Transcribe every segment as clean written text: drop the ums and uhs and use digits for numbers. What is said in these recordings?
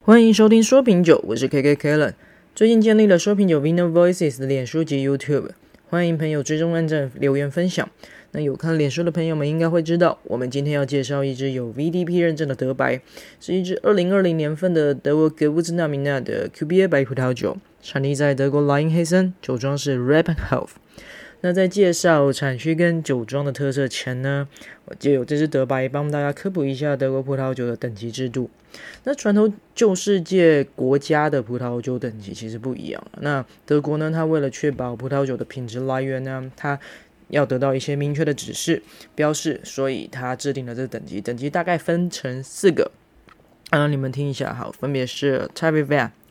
欢迎收听说品酒，我是 KK Kellen。最近建立了说品酒 Vino Voices 的脸书及 YouTube， 欢迎朋友追踪、按赞、留言、分享。那有看脸书的朋友们应该会知道，我们今天要介绍一支有 VDP 认证的德白，是一支2020年份的德国格乌兹纳米纳的 QBA 白葡萄酒，产地在德国莱茵黑森，酒庄是 Rebhoff。那在介绍产区跟酒庄的特色前呢，我借由这支德白帮大家科普一下德国葡萄酒的等级制度。那传统旧世界国家的葡萄酒等级其实不一样。那德国呢，它为了确保葡萄酒的品质来源呢，它要得到一些明确的指示标示，所以它制定了这个等级。等级大概分成4个，你们听一下，好，分别是 Type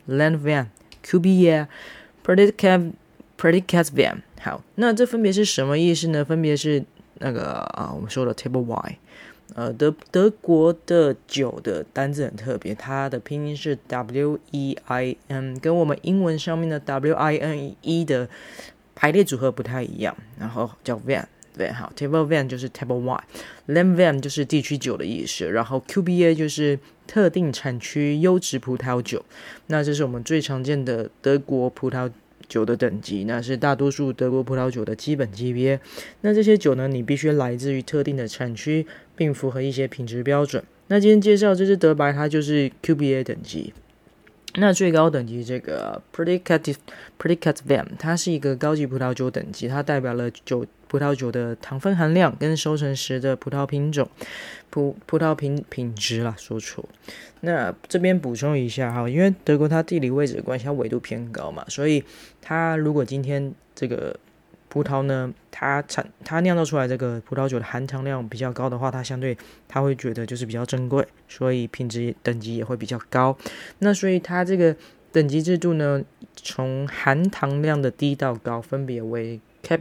Van、Land Van、QBA、Predicat Van。好，那这分别是什么意思呢？分别是我们说的 Table Y。德国的酒的单字很特别，它的拼音是 WEIN， 跟我们英文上面的 WINE 的排列组合不太一样，然后叫 Van。对，好 ，Table Van 就是 Table Y，Land Van 就是地区酒的意思，然后 QBA 就是特定产区优质葡萄酒。那这是我们最常见的德国葡萄酒的等级，那是大多数德国葡萄酒的基本级别。那这些酒呢，你必须来自于特定的产区，并符合一些品质标准。那今天介绍这支德白，它就是 QBA 等级。那最高等级这个 Predicat Van， 它是一个高级葡萄酒等级，它代表了葡萄酒的糖分含量跟收成时的葡萄品种、葡萄品质啦，说错。那这边补充一下哈，因为德国它地理位置的关系，它纬度偏高嘛，所以它如果今天这个葡萄呢，它酿造出来这个葡萄酒的含糖量比较高的话，它会觉得就是比较珍贵，所以品质等级也会比较高。那所以它这个等级制度呢，从含糖量的低到高分别为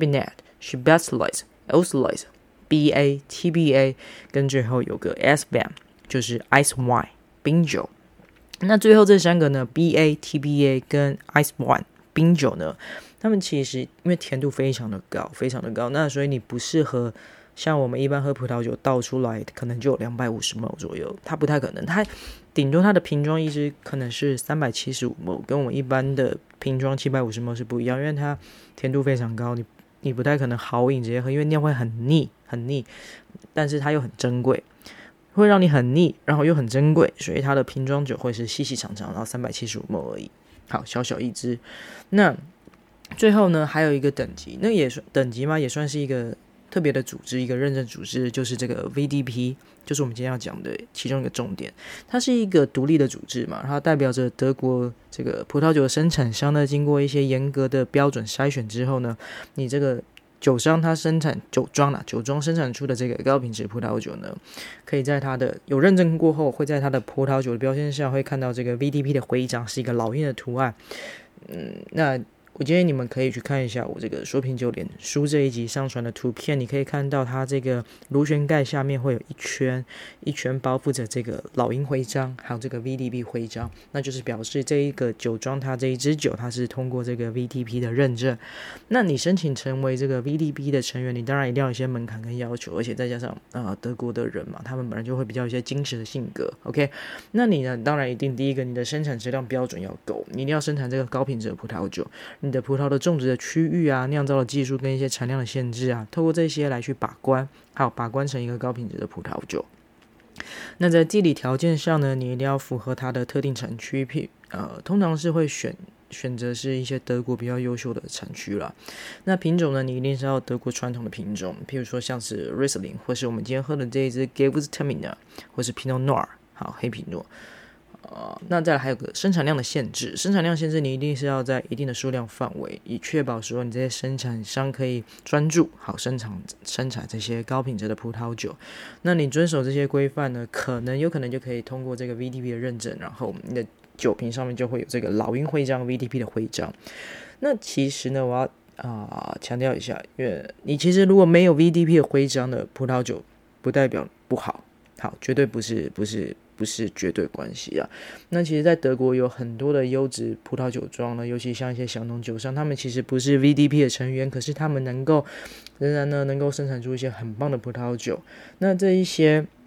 Cabernet、Chardonnay、Auslese、BA、TBA， 跟最后有个 S-Van， 就是 Ice Wine 冰酒。那最后这3个呢 BA、TBA 跟 Ice Wine 冰酒呢，他们其实因为甜度非常的高，那所以你不适合像我们一般喝葡萄酒倒出来可能就有250ml 左右，它不太可能，它顶多它的瓶装一支可能是375ml，跟我们一般的瓶装750ml是不一样，因为它甜度非常高，你不太可能豪饮直接喝，因为那样会很腻，但是它又很珍贵，会让你很腻，然后又很珍贵，所以它的瓶装酒会是细细长长，然后375ml而已。好，小小一支。那最后呢，还有一个等级，那也算等级嘛，也算是一个特别的组织，一个认证组织，就是这个 VDP， 就是我们今天要讲的其中一个重点。它是一个独立的组织嘛，它代表着德国这个葡萄酒的生产商呢，经过一些严格的标准筛选之后呢，你这个酒庄它生产酒庄生产出的这个高品质葡萄酒呢，可以在它的有认证过后，会在它的葡萄酒的标签上会看到这个 VDP 的徽章，是一个老鹰的图案。那我建议你们可以去看一下我这个说品酒脸书这一集上传的图片，你可以看到它这个螺旋盖下面会有一圈包覆着这个老鹰徽章，还有这个 VDP 徽章，那就是表示这一个酒庄它这一支酒它是通过这个 VDP 的认证。那你申请成为这个 VDP 的成员，你当然一定要有一些门槛跟要求，而且再加上德国的人嘛，他们本来就会比较有一些矜持的性格 OK， 那你呢，当然一定第一个你的生产质量标准要够，你一定要生产这个高品质的葡萄酒，你的葡萄的种植的区域啊、酿造的技术跟一些产量的限制啊，透过这些来去把关，好把关成一个高品质的葡萄酒。那在地理条件上呢，你一定要符合它的特定产区，通常是会选择是一些德国比较优秀的产区啦。那品种呢，你一定是要德国传统的品种，譬如说像是 Riesling， 或是我们今天喝的这一支 Gewürztraminer， 或是 Pinot Noir， 好黑皮诺。那再来还有个生产量的限制，你一定是要在一定的数量范围，以确保说你这些生产商可以专注好生产这些高品质的葡萄酒。那你遵守这些规范呢，有可能就可以通过这个 VDP 的认证，然后你的酒瓶上面就会有这个老鹰徽章 VDP 的徽章。那其实呢，我要强调一下，因为你其实如果没有 VDP 的徽章的葡萄酒，不代表不好，绝对不是绝对关系啊。那其实在德国有很多的优质葡萄酒庄呢，尤其像一些小农酒商，他们其实不是 VDP 的成员，可是他们仍然能够生产出一些很棒的葡萄酒。那这一些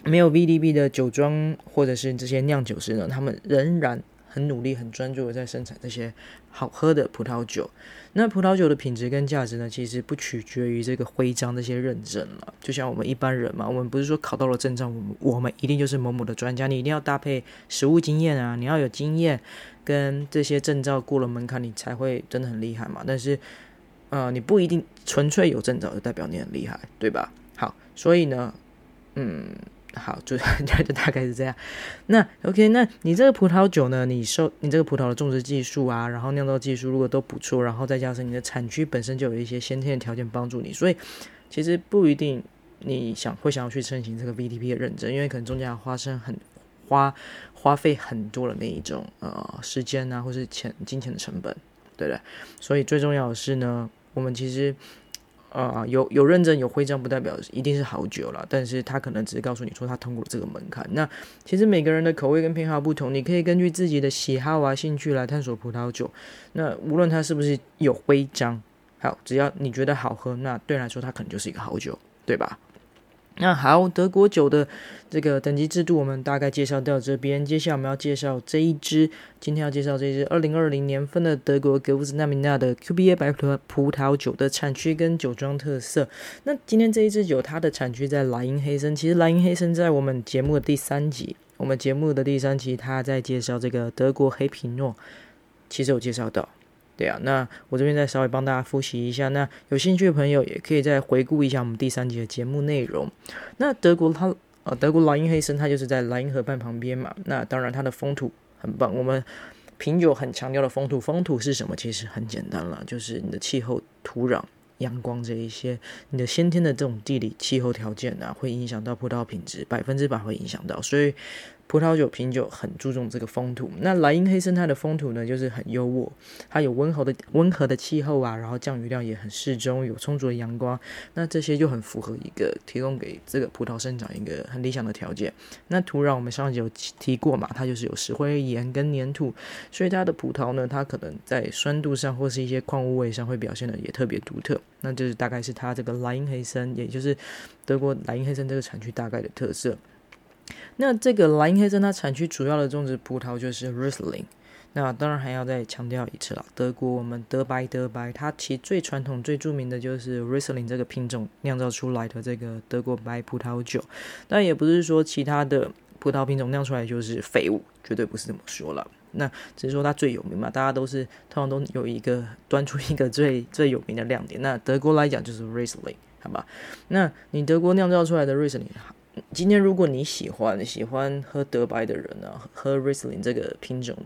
没有 VDP 的酒庄或者是这些酿酒师呢，他们仍然很努力、很专注的在生产这些好喝的葡萄酒。那葡萄酒的品质跟价值呢，其实不取决于这个徽章这些认证了。就像我们一般人嘛，我们不是说考到了证照，我们一定就是某某的专家，你一定要搭配实务经验啊，你要有经验跟这些证照过了门槛，你才会真的很厉害嘛。但是你不一定纯粹有证照就代表你很厉害，对吧？好，所以呢，好，就大概是这样。那 OK， 那你这个葡萄酒呢，你这个葡萄的种植技术啊，然后酿造技术如果都不错，然后再加上你的产区本身就有一些先天的条件帮助你，所以其实不一定你会想要去申请这个 VTP 的认证，因为可能中间要花费很多的那一种时间啊，或是金钱的成本，对不对？所以最重要的是呢，我们其实有认证有徽章不代表一定是好酒啦，但是他可能只是告诉你说他通过了这个门槛。那其实每个人的口味跟偏好不同，你可以根据自己的喜好啊兴趣来探索葡萄酒。那无论它是不是有徽章，好，只要你觉得好喝，那对你来说它可能就是一个好酒，对吧？那好，德国酒的这个等级制度我们大概介绍到这边，接下来我们要介绍今天要介绍这一支2020年份的德国格乌兹纳米纳的 QBA 白葡萄酒的产区跟酒庄特色。那今天这一支酒它的产区在莱茵黑森，其实莱茵黑森在我们节目的第三集它在介绍这个德国黑皮诺，其实有介绍到。对啊，那我这边再稍微帮大家复习一下，那有兴趣的朋友也可以再回顾一下我们第三集的节目内容。那德国莱茵黑森它就是在莱茵河畔旁边嘛，那当然它的风土很棒，我们品酒很强调的风土是什么？其实很简单啦，就是你的气候、土壤、阳光这一些，你的先天的这种地理气候条件啊，会影响到葡萄品质，100%会影响到，所以葡萄酒品酒很注重这个风土。那莱茵黑森它的风土呢，就是很优渥，它有温和的气候啊，然后降雨量也很适中，有充足的阳光，那这些就很符合一个提供给这个葡萄生长一个很理想的条件。那土壤我们上一集有提过嘛，它就是有石灰岩跟粘土，所以它的葡萄呢，它可能在酸度上或是一些矿物味上会表现的也特别独特。那就是大概是它这个莱茵黑森，也就是德国莱茵黑森这个产区大概的特色。那这个莱茵黑森它产区主要的种植葡萄就是 Riesling。那当然还要再强调一次啦，德国我们德白，它其实最传统最著名的就是 Riesling 这个品种酿造出来的这个德国白葡萄酒。但也不是说其他的葡萄品种酿出来就是废物，绝对不是这么说啦。那只是说它最有名嘛，大家通常都有一个端出一个最有名的亮点。那德国来讲就是 Riesling， 好吧？那你德国酿造出来的 Riesling， 今天如果你喜欢喝德白的人啊，喝 Riesling 这个品种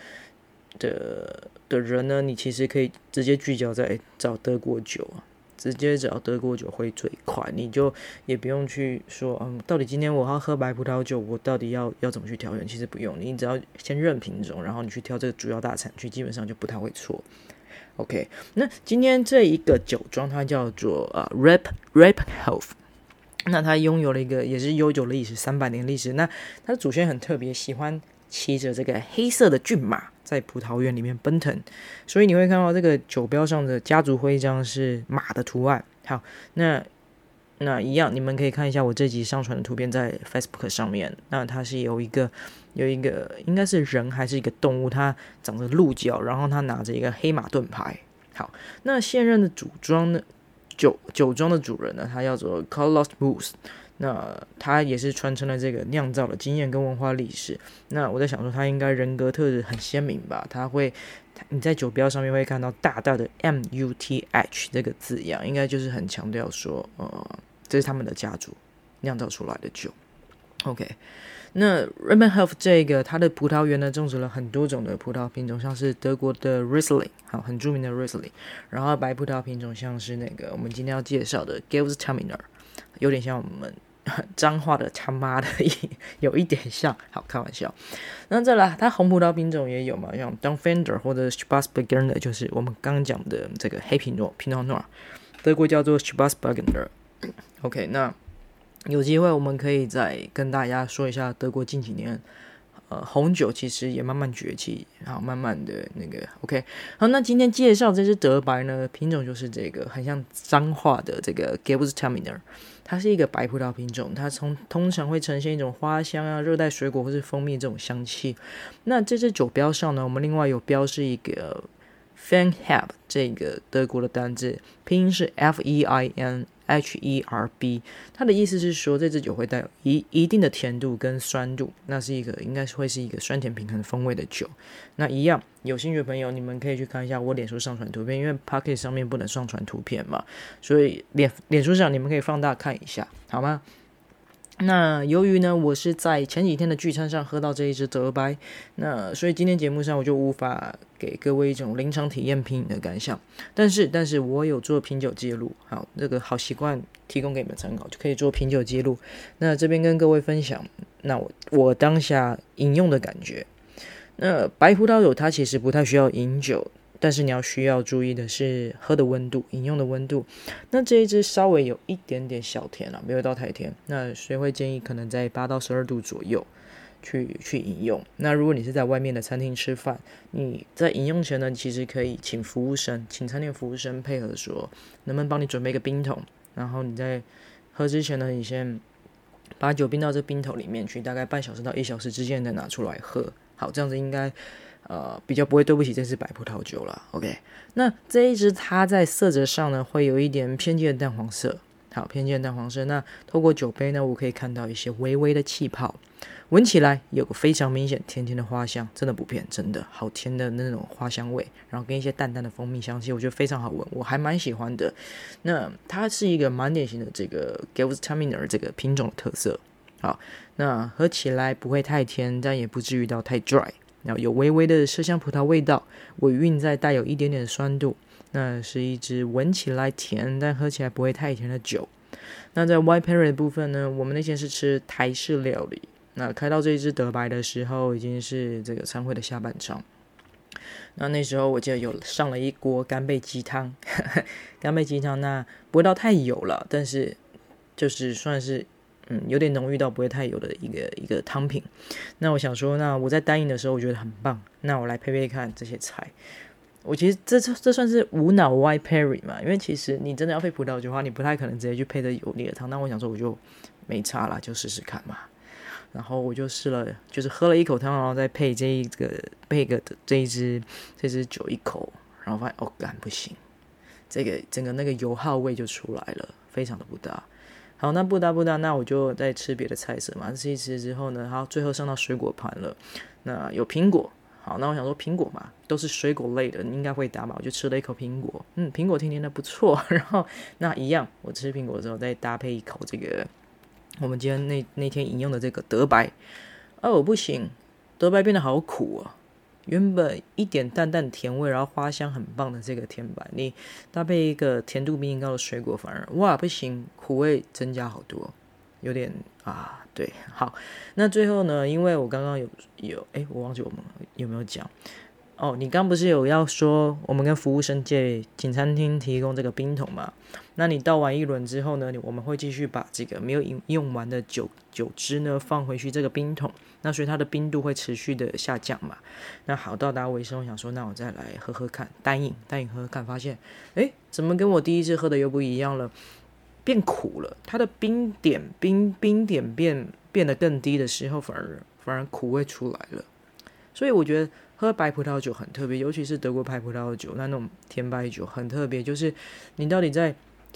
的人呢，你其实可以直接聚焦在找德国酒啊。直接找德国酒会最快，你就也不用去说，到底今天我要喝白葡萄酒，我到底要怎么去挑选？其实不用，你只要先认品种，然后你去挑这个主要大产区，基本上就不太会错。OK， 那今天这一个酒庄它叫做Rebhof， 那它拥有了一个也是悠久的历史，300年历史。那它的祖先很特别，喜欢骑着这个黑色的骏马在葡萄园里面奔腾，所以你会看到这个酒标上的家族徽章是马的图案。好，那一样，你们可以看一下我这集上传的图片在 Facebook 上面。那它是有一个应该是人还是一个动物，它长着鹿角，然后它拿着一个黑马盾牌。好，那现任的酒庄的主人呢，他叫做 Carlos Moose。那他也是传承了这个酿造的经验跟文化历史。那我在想说，他应该人格特质很鲜明吧？你在酒标上面会看到大大的 MUTH 这个字样，应该就是很强调说，这是他们的家族酿造出来的酒。OK， 那 Rebhof 这个它的葡萄园呢，种植了很多种的葡萄品种，像是德国的 Riesling， 好，很著名的 Riesling， 然后白葡萄品种像是那个我们今天要介绍的 Gewürztraminer， 有点像我们彰化的他妈的有一点像，好，开玩笑。那再来，它红葡萄品种也有嘛，像 Dunfender 或者 Schwarzburgunder， 就是我们刚刚讲的这个黑皮诺 Pinot Noir， 德国叫做 Schwarzburgunder。OK， 那有机会我们可以再跟大家说一下德国近几年红酒其实也慢慢崛起，然后慢慢的那个 OK。好，那今天介绍这支德白呢，品种就是这个很像彰化的这个 Gewürztraminer， 它是一个白葡萄品种，它通常会呈现一种花香啊、热带水果或是蜂蜜这种香气。那这支酒标上呢，我们另外有标示一个 Feinherb 这个德国的单字，拼音是 FEINHERB， 它的意思是说这支酒会带有一定的甜度跟酸度，那是一个应该会是一个酸甜平衡风味的酒。那一样有兴趣的朋友，你们可以去看一下我脸书上传图片，因为 Pocket 上面不能上传图片嘛，所以脸书上你们可以放大看一下，好吗？那由于呢，我是在前几天的聚餐上喝到这一支德白，那所以今天节目上我就无法给各位一种临场体验品饮的感想。但是我有做品酒记录，好，这个好习惯提供给你们参考，就可以做品酒记录。那这边跟各位分享，那我当下饮用的感觉。那白葡萄酒它其实不太需要饮酒，但是你需要注意的是喝的温度，饮用的温度。那这一支稍微有一点点小甜啦，没有到太甜，那所以会建议可能在8到12度左右去饮用。那如果你是在外面的餐厅吃饭，你在饮用前呢，其实可以请餐店服务生配合说，能不能帮你准备一个冰桶，然后你在喝之前呢，你先把酒冰到这冰桶里面去，大概半小时到1小时之间再拿出来喝。好，这样子应该比较不会对不起这支白葡萄酒啦 OK。 那这一支它在色泽上呢会有一点偏见的淡黄色，好，偏见的淡黄色。那透过酒杯呢，我可以看到一些微微的气泡，闻起来有个非常明显甜甜的花香，真的不骗，真的好甜的那种花香味，然后跟一些淡淡的蜂蜜香气，我觉得非常好闻，我还蛮喜欢的。那它是一个蛮典型的这个 Gewürztraminer 这个品种的特色。好，那喝起来不会太甜，但也不至于到太 dry， 然后有微微的麝香葡萄味道，尾韵在带有一点点的酸度。那是一支闻起来甜，但喝起来不会太甜的酒。那在 White Perry 的部分呢，我们那天是吃台式料理。那开到这一支德白的时候，已经是这个餐会的下半场。那时候我记得有上了一锅干贝鸡汤，干贝鸡汤那不会到太油了，但是就是算是有点浓郁到不会太油的一个汤品。那我想说，那我在单饮的时候我觉得很棒，那我来配看这些菜。我其实这算是无脑 White Perry 嘛，因为其实你真的要配葡萄酒的话，你不太可能直接去配这油腻的汤。那我想说我就没差啦，就试试看嘛。然后我就试了，就是喝了一口汤，然后再配这一支酒一口，然后发现干不行，这个整个那个油耗味就出来了，非常的不搭。好，那不搭，那我就再吃别的菜色嘛。吃一吃之后呢，好，最后上到水果盘了。那有苹果，好，那我想说苹果嘛，都是水果类的，应该会搭嘛。我就吃了一口苹果，苹果甜甜的不错。然后那一样，我吃苹果之后再搭配一口这个我们今天那天饮用的这个德白。不行，德白变得好苦啊。原本一点淡淡甜味，然后花香很棒的这个甜白，你搭配一个甜度比你高的水果，反而不行，苦味增加好多，有点对。好，那最后呢，因为我刚刚有我忘记我们有没有讲你刚不是有要说我们跟服务生借请餐厅提供这个冰桶嘛？那你倒完一轮之后呢，我们会继续把这个没有用完的酒汁呢放回去这个冰桶，那所以它的冰度会持续的下降嘛。那好，到达尾声，我想说那我再来喝喝看，单饮喝喝看，发现怎么跟我第一次喝的又不一样了，变苦了。它的冰点变得更低的时候，反而苦味出来了。所以我觉得喝白葡萄酒很特别，尤其是德国白葡萄酒，那种甜白酒很特别，就是你到底在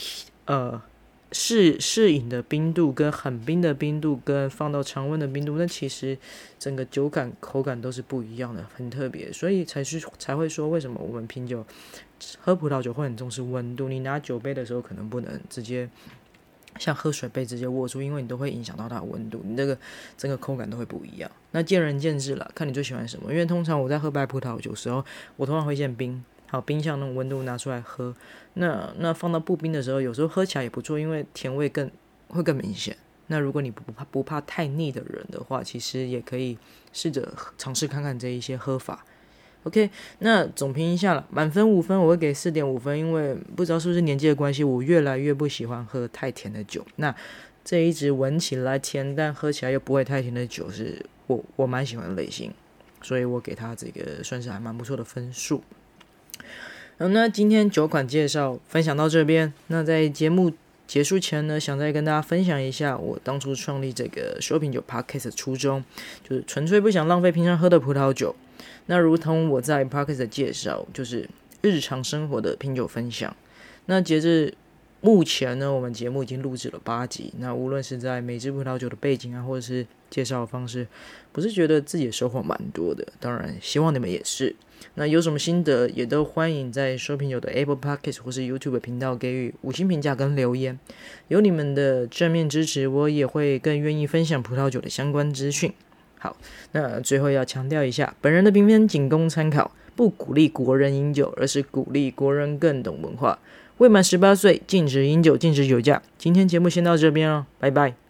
适饮的冰度跟很冰的冰度跟放到常温的冰度，那其实整个酒感口感都是不一样的，很特别。所以才会说为什么我们品酒喝葡萄酒会很重视温度，你拿酒杯的时候可能不能直接像喝水杯直接握住，因为你都会影响到它的温度，你这个整个口感都会不一样。那见仁见智啦，看你最喜欢什么。因为通常我在喝白葡萄酒的时候，我通常会先冰好冰箱那种温度拿出来喝，那放到不冰的时候，有时候喝起来也不错，因为甜味会更明显。那如果你不怕太腻的人的话，其实也可以试着尝试看看这一些喝法。OK， 那总评一下了，满分5分我会给 4.5 分，因为不知道是不是年纪的关系，我越来越不喜欢喝太甜的酒。那这一支闻起来甜但喝起来又不会太甜的酒是我蛮喜欢的类型，所以我给它这个算是还蛮不错的分数。那今天酒款介绍分享到这边，那在节目结束前呢，想再跟大家分享一下我当初创立这个说品酒 Podcast 的初衷，就是纯粹不想浪费平常喝的葡萄酒。那如同我在 Podcast 的介绍，就是日常生活的品酒分享。那截至目前呢，我们节目已经录制了8集。那无论是在每支葡萄酒的背景啊，或者是介绍的方式，不是觉得自己的收获蛮多的。当然，希望你们也是。那有什么心得，也都欢迎在说品酒的 Apple Podcast 或是 YouTube 频道给予5星评价跟留言。有你们的正面支持，我也会更愿意分享葡萄酒的相关资讯。好，那最后要强调一下，本人的评分仅供参考，不鼓励国人饮酒，而是鼓励国人更懂文化。未满18岁禁止饮酒，禁止酒驾。今天节目先到这边了，拜拜。